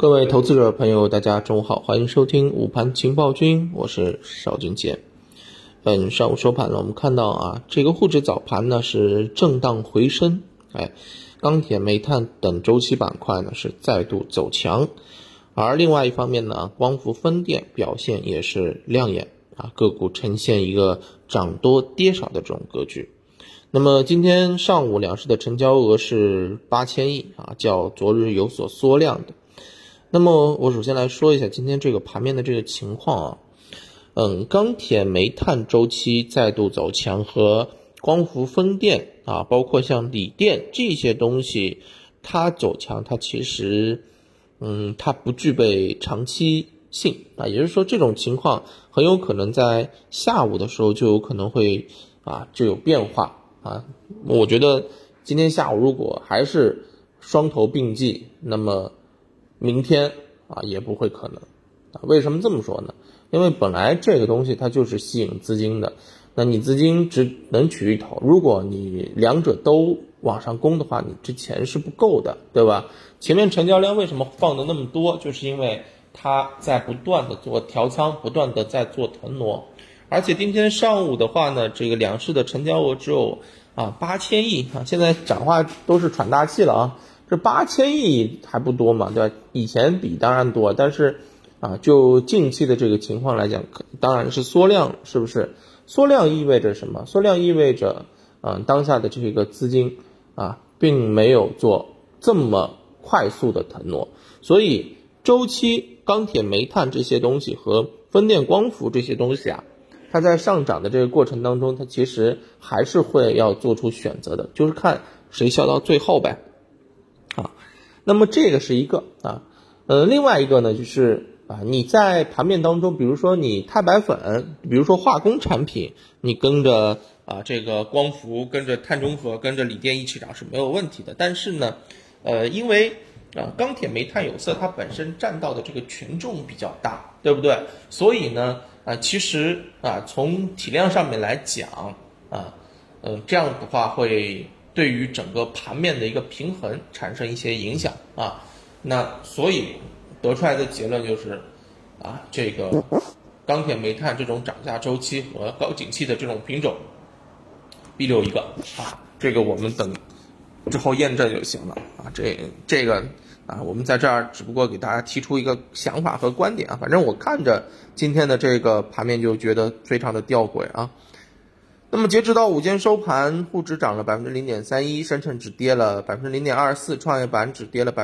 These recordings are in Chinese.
各位投资者朋友，大家中午好，欢迎收听午盘情报君，我是邵俊杰。上午收盘了，我们看到这个沪指早盘呢是震荡回升，钢铁、煤炭等周期板块呢是再度走强，而另外一方面呢，光伏、风电表现也是亮眼个股呈现一个涨多跌少的这种格局。那么今天上午两市的成交额是8000亿较昨日有所缩量的。那么我首先来说一下今天这个盘面的这个情况钢铁、煤炭周期再度走强，和光伏、风电包括像锂电这些东西它走强，它其实它不具备长期性也就是说这种情况很有可能在下午的时候就有可能会就有变化我觉得今天下午如果还是双头并济，那么明天也不会可能为什么这么说呢？因为本来这个东西它就是吸引资金的，那你资金只能取一头，如果你两者都往上攻的话，你这钱是不够的，对吧？前面成交量为什么放的那么多，就是因为它在不断的做调仓，不断的在做腾挪。而且今天上午的话呢，这个两市的成交额只有8000亿现在讲话都是喘大气了这8000亿还不多嘛，对吧？以前比当然多，但是就近期的这个情况来讲，当然是缩量，是不是？缩量意味着什么？缩量意味着当下的这个资金并没有做这么快速的腾挪，所以周期钢铁、煤炭这些东西和风电、光伏这些东西它在上涨的这个过程当中，它其实还是会要做出选择的，就是看谁笑到最后呗那么这个是一个另外一个呢就是你在盘面当中，比如说你钛白粉，比如说化工产品，你跟着这个光伏，跟着碳中和，跟着锂电一起涨是没有问题的。但是呢因为钢铁、煤炭、有色它本身占到的这个权重比较大，对不对？所以呢其实从体量上面来讲这样的话会对于整个盘面的一个平衡产生一些影响那所以得出来的结论就是这个钢铁、煤炭这种涨价周期和高景气的这种品种必留一个这个我们等之后验证就行了这个我们在这儿只不过给大家提出一个想法和观点反正我看着今天的这个盘面就觉得非常的吊诡那么截止到午间收盘，沪指涨了 0.31%， 深成指跌了 0.24%， 创业板指跌了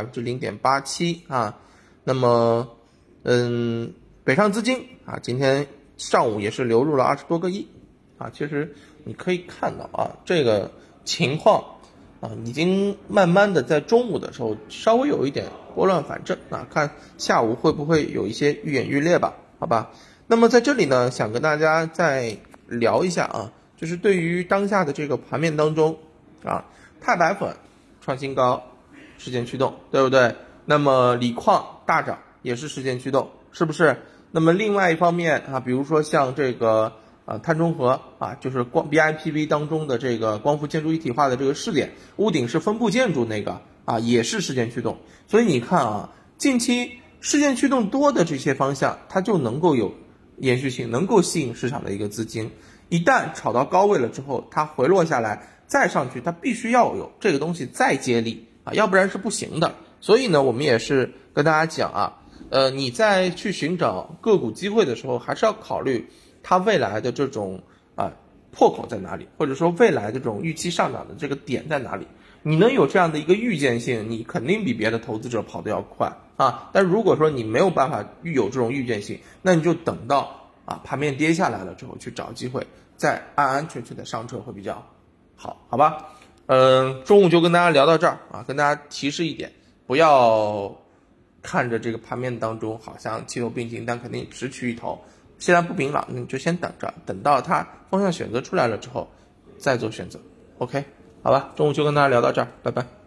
0.87%那么北上资金今天上午也是流入了20多个亿其实你可以看到这个情况已经慢慢的在中午的时候稍微有一点拨乱反正看下午会不会有一些愈演愈烈吧，好吧？那么在这里呢，想跟大家再聊一下就是对于当下的这个盘面当中钛白粉创新高，事件驱动，对不对？那么锂矿大涨也是事件驱动，是不是？那么另外一方面比如说像这个碳中和就是BIPV 当中的这个光伏建筑一体化的这个试点，屋顶式分布建筑那个也是事件驱动。所以你看近期事件驱动多的这些方向，它就能够有延续性，能够吸引市场的一个资金。一旦炒到高位了之后，它回落下来再上去，它必须要有这个东西再接力要不然是不行的。所以呢，我们也是跟大家讲你在去寻找个股机会的时候，还是要考虑它未来的这种破口在哪里，或者说未来的这种预期上涨的这个点在哪里。你能有这样的一个预见性，你肯定比别的投资者跑得要快但如果说你没有办法有这种预见性，那你就等到盘面跌下来了之后去找机会，再安安全全的上车会比较好，好吧？中午就跟大家聊到这儿跟大家提示一点，不要看着这个盘面当中好像齐头并进，但肯定只取一头，现在不明朗，你就先等着，等到它方向选择出来了之后再做选择 OK 好吧？中午就跟大家聊到这儿，拜拜。